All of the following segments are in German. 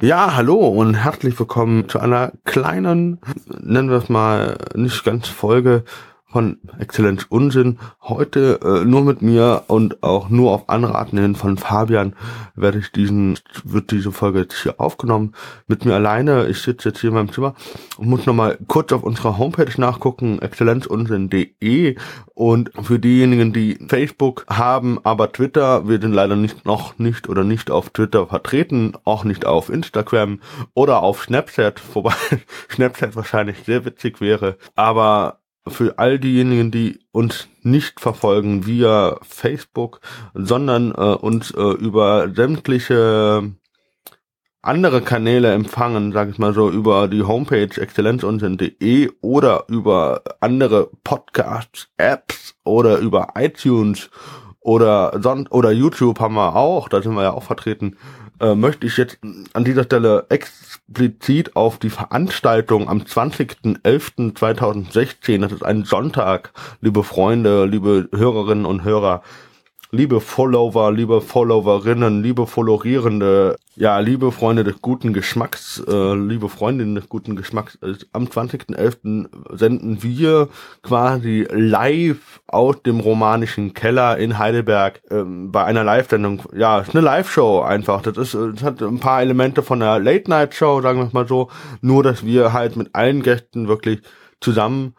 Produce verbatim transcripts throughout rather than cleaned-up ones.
Ja, hallo und herzlich willkommen zu einer kleinen, nennen wir es mal, nicht ganz Folge von Exzellenz Unsinn. Heute äh, nur mit mir und auch nur auf Anraten hin von Fabian werde ich diesen, wird diese Folge jetzt hier aufgenommen. Mit mir alleine, ich sitze jetzt hier in meinem Zimmer und muss nochmal kurz auf unserer Homepage nachgucken, exzellenzunsinn punkt de, und für diejenigen, die Facebook haben, aber Twitter, wir sind leider nicht noch nicht oder nicht auf Twitter vertreten, auch nicht auf Instagram oder auf Snapchat, wobei Snapchat wahrscheinlich sehr witzig wäre, aber für all diejenigen, die uns nicht verfolgen via Facebook, sondern äh, uns äh, über sämtliche andere Kanäle empfangen, sag ich mal so, über die Homepage exzellenzunsinn punkt de oder über andere Podcasts, Apps oder über iTunes oder son- oder YouTube haben wir auch, da sind wir ja auch vertreten, äh, möchte ich jetzt an dieser Stelle explizit auf die Veranstaltung am zwanzigsten elften zweitausendsechzehn, das ist ein Sonntag, liebe Freunde, liebe Hörerinnen und Hörer, liebe Follower, liebe Followerinnen, liebe Followierende, ja, liebe Freunde des guten Geschmacks, äh, liebe Freundinnen des guten Geschmacks, äh, am zwanzigsten elften senden wir quasi live aus dem romanischen Keller in Heidelberg ähm, bei einer Live-Sendung. Ja, ist eine Live-Show einfach. Das ist, das hat ein paar Elemente von einer Late-Night-Show, sagen wir es mal so, nur dass wir halt mit allen Gästen wirklich zusammen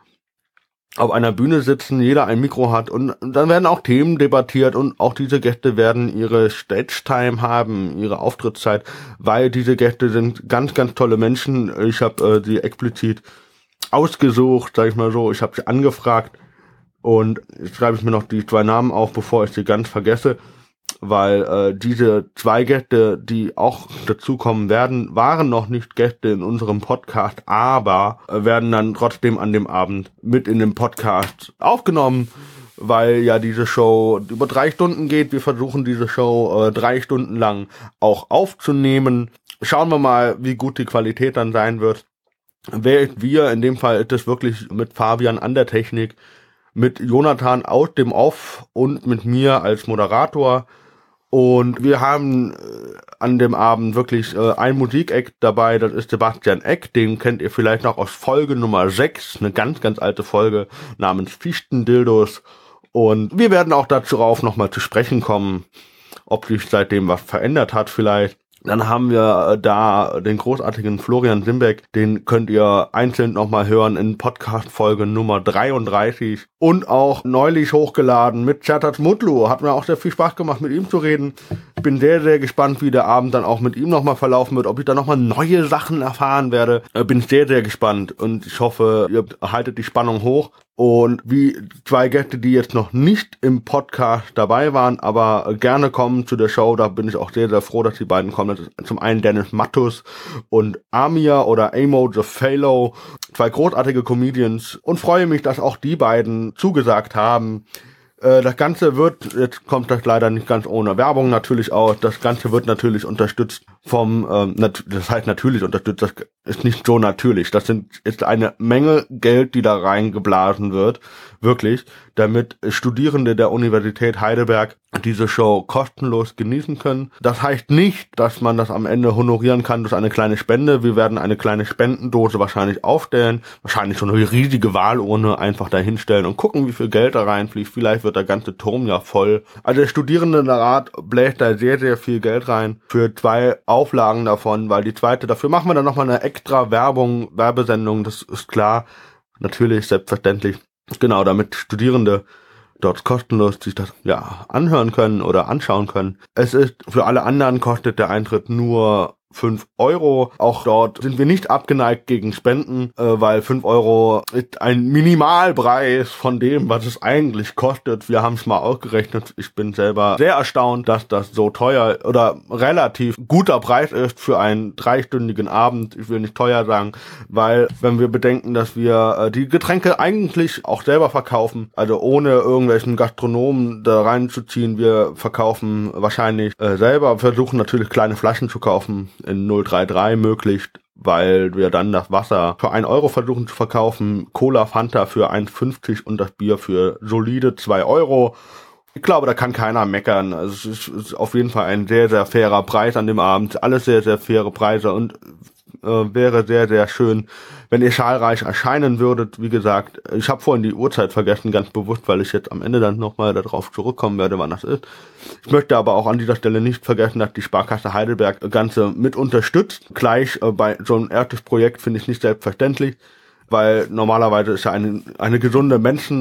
auf einer Bühne sitzen, jeder ein Mikro hat und dann werden auch Themen debattiert und auch diese Gäste werden ihre Stage-Time haben, ihre Auftrittszeit, weil diese Gäste sind ganz, ganz tolle Menschen. Ich habe äh, sie explizit ausgesucht, sag ich mal so, ich habe sie angefragt und jetzt schreibe ich mir noch die zwei Namen auf, bevor ich sie ganz vergesse, weil äh, diese zwei Gäste, die auch dazukommen werden, waren noch nicht Gäste in unserem Podcast, aber äh, werden dann trotzdem an dem Abend mit in den Podcast aufgenommen, weil ja diese Show über drei Stunden geht. Wir versuchen diese Show äh, drei Stunden lang auch aufzunehmen. Schauen wir mal, wie gut die Qualität dann sein wird. Wer ist wir? In dem Fall ist es wirklich mit Fabian an der Technik, mit Jonathan aus dem Off und mit mir als Moderator. Und wir haben äh, an dem Abend wirklich äh, ein Musikeck dabei, das ist Sebastian Eck, den kennt ihr vielleicht noch aus Folge Nummer sechs, eine ganz, ganz alte Folge namens Fichtendildos. Und wir werden auch dazu rauf nochmal zu sprechen kommen, ob sich seitdem was verändert hat vielleicht. Dann haben wir da den großartigen Florian Simbeck, den könnt ihr einzeln nochmal hören in Podcast-Folge Nummer dreiunddreißig und auch neulich hochgeladen mit Chertat Mutlu. Hat mir auch sehr viel Spaß gemacht, mit ihm zu reden. Ich bin sehr, sehr gespannt, wie der Abend dann auch mit ihm nochmal verlaufen wird, ob ich da nochmal neue Sachen erfahren werde. Bin sehr, sehr gespannt und ich hoffe, ihr haltet die Spannung hoch. Und wie zwei Gäste, die jetzt noch nicht im Podcast dabei waren, aber gerne kommen zu der Show, da bin ich auch sehr, sehr froh, dass die beiden kommen. Das ist zum einen Dennis Mattus und Amir oder Amo the Phalo, zwei großartige Comedians, und freue mich, dass auch die beiden zugesagt haben. Das Ganze wird, jetzt kommt das leider nicht ganz ohne Werbung natürlich auch, das Ganze wird natürlich unterstützt vom, ähm, nat- das heißt natürlich unterstützt, das ist nicht so natürlich, das sind ist eine Menge Geld, die da reingeblasen wird, wirklich, damit Studierende der Universität Heidelberg diese Show kostenlos genießen können. Das heißt nicht, dass man das am Ende honorieren kann durch eine kleine Spende. Wir werden eine kleine Spendendose wahrscheinlich aufstellen, wahrscheinlich schon eine riesige Wahlurne einfach dahinstellen und gucken, wie viel Geld da reinfließt. Vielleicht wird der ganze Turm ja voll. Also der Studierendenrat bläst da sehr, sehr viel Geld rein für zwei Auflagen davon, weil die zweite, dafür machen wir dann nochmal eine extra Werbung, Werbesendung, das ist klar. Natürlich, selbstverständlich. Genau, damit Studierende dort kostenlos sich das ja anhören können oder anschauen können. Es ist für alle anderen kostet der Eintritt nur fünf Euro. Auch dort sind wir nicht abgeneigt gegen Spenden, äh, weil fünf Euro ist ein Minimalpreis von dem, was es eigentlich kostet. Wir haben es mal ausgerechnet. Ich bin selber sehr erstaunt, dass das so teuer oder relativ guter Preis ist für einen dreistündigen Abend. Ich will nicht teuer sagen, weil wenn wir bedenken, dass wir äh, die Getränke eigentlich auch selber verkaufen, also ohne irgendwelchen Gastronomen da reinzuziehen, wir verkaufen wahrscheinlich äh, selber, versuchen natürlich kleine Flaschen zu kaufen, in null drei drei möglichst, weil wir dann das Wasser für ein Euro versuchen zu verkaufen, Cola Fanta für eins fünfzig und das Bier für solide zwei Euro. Ich glaube, da kann keiner meckern. Also es ist, ist auf jeden Fall ein sehr, sehr fairer Preis an dem Abend. Alles sehr, sehr faire Preise und äh, wäre sehr, sehr schön, wenn ihr zahlreich erscheinen würdet. Wie gesagt, ich habe vorhin die Uhrzeit vergessen, ganz bewusst, weil ich jetzt am Ende dann nochmal darauf zurückkommen werde, wann das ist. Ich möchte aber auch an dieser Stelle nicht vergessen, dass die Sparkasse Heidelberg das Ganze mit unterstützt. Gleich äh, bei so einem erstes Projekt finde ich nicht selbstverständlich, weil normalerweise ist ja eine, eine gesunde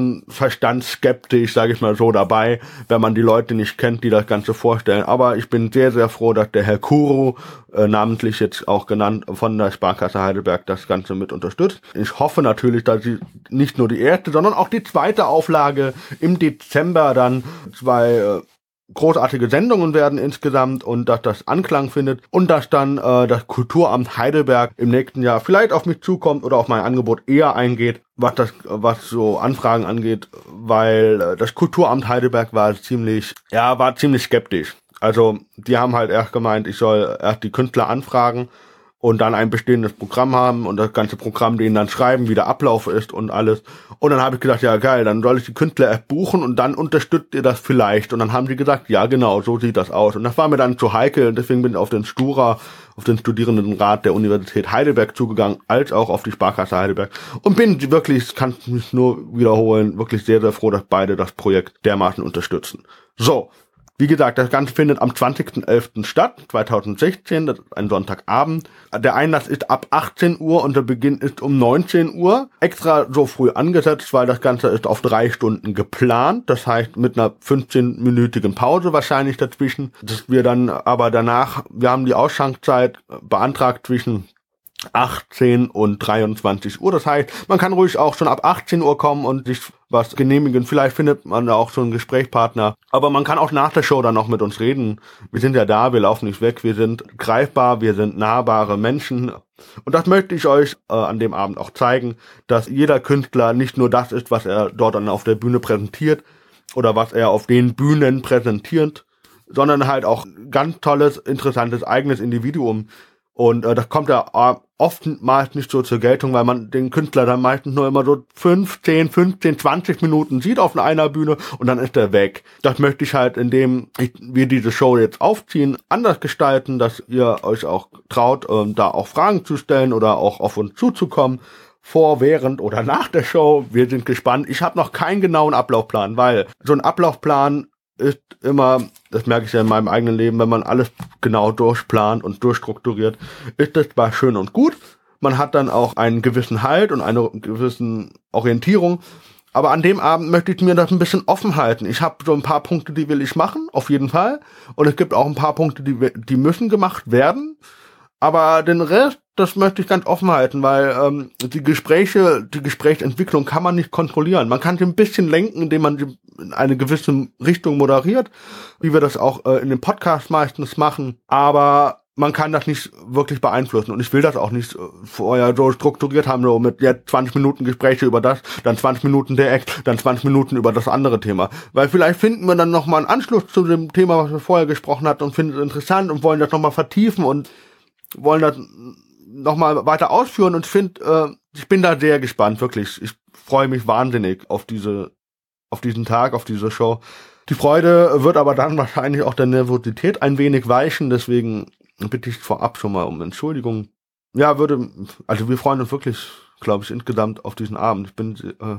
Menschenverstandsskeptisch, sage ich mal so, dabei, wenn man die Leute nicht kennt, die das Ganze vorstellen. Aber ich bin sehr, sehr froh, dass der Herr Kuro, äh, namentlich jetzt auch genannt, von der Sparkasse Heidelberg das Ganze mit unterstützt. Ich hoffe natürlich, dass sie nicht nur die erste, sondern auch die zweite Auflage im Dezember dann zwei äh, großartige Sendungen werden insgesamt und dass das Anklang findet und dass dann äh, das Kulturamt Heidelberg im nächsten Jahr vielleicht auf mich zukommt oder auf mein Angebot eher eingeht, was das was so Anfragen angeht, weil äh, das Kulturamt Heidelberg war ziemlich ja war ziemlich skeptisch. Also die haben halt erst gemeint, ich soll erst die Künstler anfragen und dann ein bestehendes Programm haben und das ganze Programm denen dann schreiben, wie der Ablauf ist und alles. Und dann habe ich gedacht, ja geil, dann soll ich die Künstler-App buchen und dann unterstützt ihr das vielleicht. Und dann haben die gesagt, ja genau, so sieht das aus. Und das war mir dann zu heikel und deswegen bin ich auf den Stura, auf den Studierendenrat der Universität Heidelberg zugegangen, als auch auf die Sparkasse Heidelberg. Und bin wirklich, kann mich nur wiederholen, wirklich sehr, sehr froh, dass beide das Projekt dermaßen unterstützen. So. Wie gesagt, das Ganze findet am zwanzigsten elften statt, zweitausendsechzehn, das ist ein Sonntagabend. Der Einlass ist ab achtzehn Uhr und der Beginn ist um neunzehn Uhr. Extra so früh angesetzt, weil das Ganze ist auf drei Stunden geplant. Das heißt mit einer fünfzehnminütigen Pause wahrscheinlich dazwischen. Dass wir dann aber danach, wir haben die Ausschankzeit beantragt zwischen achtzehn und dreiundzwanzig Uhr. Das heißt, man kann ruhig auch schon ab achtzehn Uhr kommen und sich was genehmigen. Vielleicht findet man da auch schon einen Gesprächspartner. Aber man kann auch nach der Show dann noch mit uns reden. Wir sind ja da, wir laufen nicht weg, wir sind greifbar, wir sind nahbare Menschen. Und das möchte ich euch äh, an dem Abend auch zeigen, dass jeder Künstler nicht nur das ist, was er dort dann auf der Bühne präsentiert oder was er auf den Bühnen präsentiert, sondern halt auch ganz tolles, interessantes, eigenes Individuum. Und äh, das kommt ja äh, oftmals nicht so zur Geltung, weil man den Künstler dann meistens nur immer so fünfzehn, fünfzehn, zwanzig Minuten sieht auf einer Bühne und dann ist er weg. Das möchte ich halt, indem ich, wir diese Show jetzt aufziehen, anders gestalten, dass ihr euch auch traut, ähm, da auch Fragen zu stellen oder auch auf uns zuzukommen, vor, während oder nach der Show. Wir sind gespannt. Ich habe noch keinen genauen Ablaufplan, weil so ein Ablaufplan ist immer, das merke ich ja in meinem eigenen Leben, wenn man alles genau durchplant und durchstrukturiert, ist das zwar schön und gut, man hat dann auch einen gewissen Halt und eine gewisse Orientierung, aber an dem Abend möchte ich mir das ein bisschen offen halten. Ich habe so ein paar Punkte, die will ich machen, auf jeden Fall, und es gibt auch ein paar Punkte, die, die müssen gemacht werden, aber den Rest, das möchte ich ganz offen halten, weil ähm, die Gespräche, die Gesprächsentwicklung kann man nicht kontrollieren. Man kann sie ein bisschen lenken, indem man sie in eine gewisse Richtung moderiert, wie wir das auch äh, in dem Podcast meistens machen, aber man kann das nicht wirklich beeinflussen und ich will das auch nicht äh, vorher so strukturiert haben, so mit jetzt zwanzig Minuten Gespräche über das, dann zwanzig Minuten der Act, dann zwanzig Minuten über das andere Thema, weil vielleicht finden wir dann nochmal einen Anschluss zu dem Thema, was wir vorher gesprochen hatten und finden es interessant und wollen das nochmal vertiefen und wollen das nochmal weiter ausführen und ich finde, äh, ich bin da sehr gespannt, wirklich. Ich freue mich wahnsinnig auf diese, auf diesen Tag, auf diese Show. Die Freude wird aber dann wahrscheinlich auch der Nervosität ein wenig weichen, deswegen bitte ich vorab schon mal um Entschuldigung. Ja, würde, also wir freuen uns wirklich, glaube ich, insgesamt auf diesen Abend. Ich bin äh,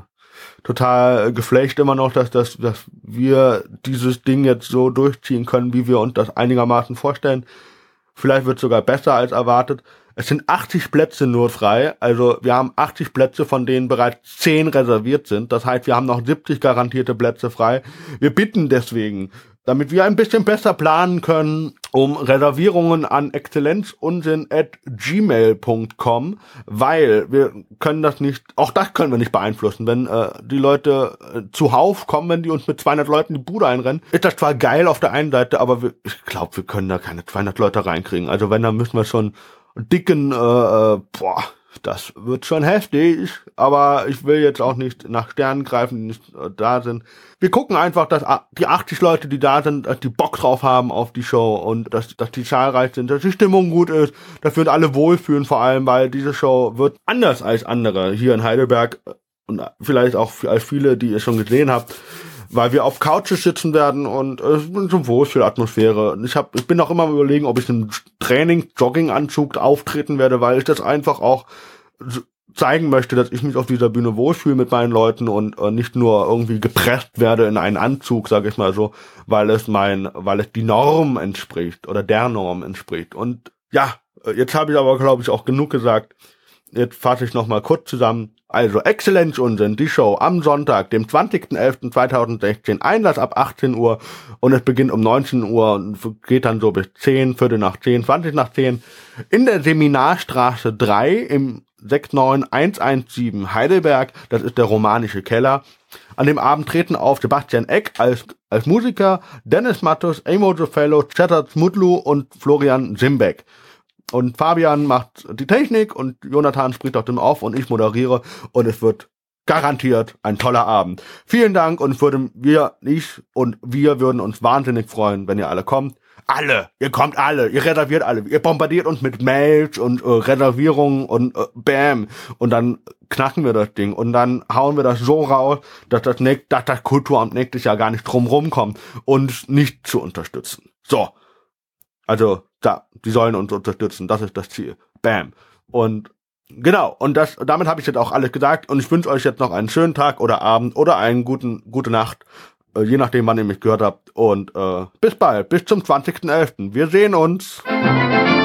total geflasht immer noch, dass, dass, dass wir dieses Ding jetzt so durchziehen können, wie wir uns das einigermaßen vorstellen. Vielleicht wird es sogar besser als erwartet. Es sind achtzig Plätze nur frei, also wir haben achtzig Plätze, von denen bereits zehn reserviert sind. Das heißt, wir haben noch siebzig garantierte Plätze frei. Wir bitten deswegen, damit wir ein bisschen besser planen können, um Reservierungen an exzellenzunsinn at gmail punkt com, weil wir können das nicht, auch das können wir nicht beeinflussen. Wenn äh, die Leute äh, zuhauf kommen, wenn die uns mit zweihundert Leuten die Bude einrennen, ist das zwar geil auf der einen Seite, aber wir, ich glaube, wir können da keine zweihundert Leute reinkriegen. Also wenn, dann müssen wir schon dicken, äh, äh, boah, das wird schon heftig, aber ich will jetzt auch nicht nach Sternen greifen, die nicht äh, da sind. Wir gucken einfach, dass die achtzig Leute, die da sind, dass die Bock drauf haben auf die Show und dass, dass die zahlreich sind, dass die Stimmung gut ist, dass wir uns alle wohlfühlen vor allem, weil diese Show wird anders als andere hier in Heidelberg und vielleicht auch als viele, die ihr schon gesehen habt, weil wir auf Couches sitzen werden und es ist eine Wohlfühlatmosphäre. Ich hab, ich bin auch immer am Überlegen, ob ich im Training-Jogging-Anzug auftreten werde, weil ich das einfach auch zeigen möchte, dass ich mich auf dieser Bühne wohlfühle mit meinen Leuten und äh, nicht nur irgendwie gepresst werde in einen Anzug, sage ich mal so, weil es mein, weil es die Norm entspricht oder der Norm entspricht. Und ja, jetzt habe ich aber, glaube ich, auch genug gesagt. Jetzt fasse ich nochmal kurz zusammen. Also, Exzellenz Unsinn, die Show am Sonntag, dem zwanzigsten elften zweitausendsechzehn, Einlass ab achtzehn Uhr und es beginnt um neunzehn Uhr und geht dann so bis zehn, Viertel nach zehn, zwanzig nach zehn in der Seminarstraße drei im sechs neun eins eins sieben Heidelberg, das ist der romanische Keller. An dem Abend treten auf Sebastian Eck als, als Musiker, Dennis Mattus, Amo the Fellow, Cheddar Smutlu und Florian Simbeck. Und Fabian macht die Technik und Jonathan spricht auch dem auf und ich moderiere und es wird garantiert ein toller Abend. Vielen Dank und würden wir, ich und wir würden uns wahnsinnig freuen, wenn ihr alle kommt. Alle, ihr kommt alle, ihr reserviert alle, ihr bombardiert uns mit Mails und äh, Reservierungen und äh, bam und dann knacken wir das Ding und dann hauen wir das so raus, dass das, nächst, dass das Kulturamt nächstes Jahr gar nicht drum rumkommt, uns nicht zu unterstützen. So, also da, die sollen uns unterstützen, das ist das Ziel. Bam. Und genau, und das, damit habe ich jetzt auch alles gesagt und ich wünsche euch jetzt noch einen schönen Tag oder Abend oder einen guten, gute Nacht, äh, je nachdem, wann ihr mich gehört habt und äh, bis bald, bis zum zwanzigsten elften Wir sehen uns.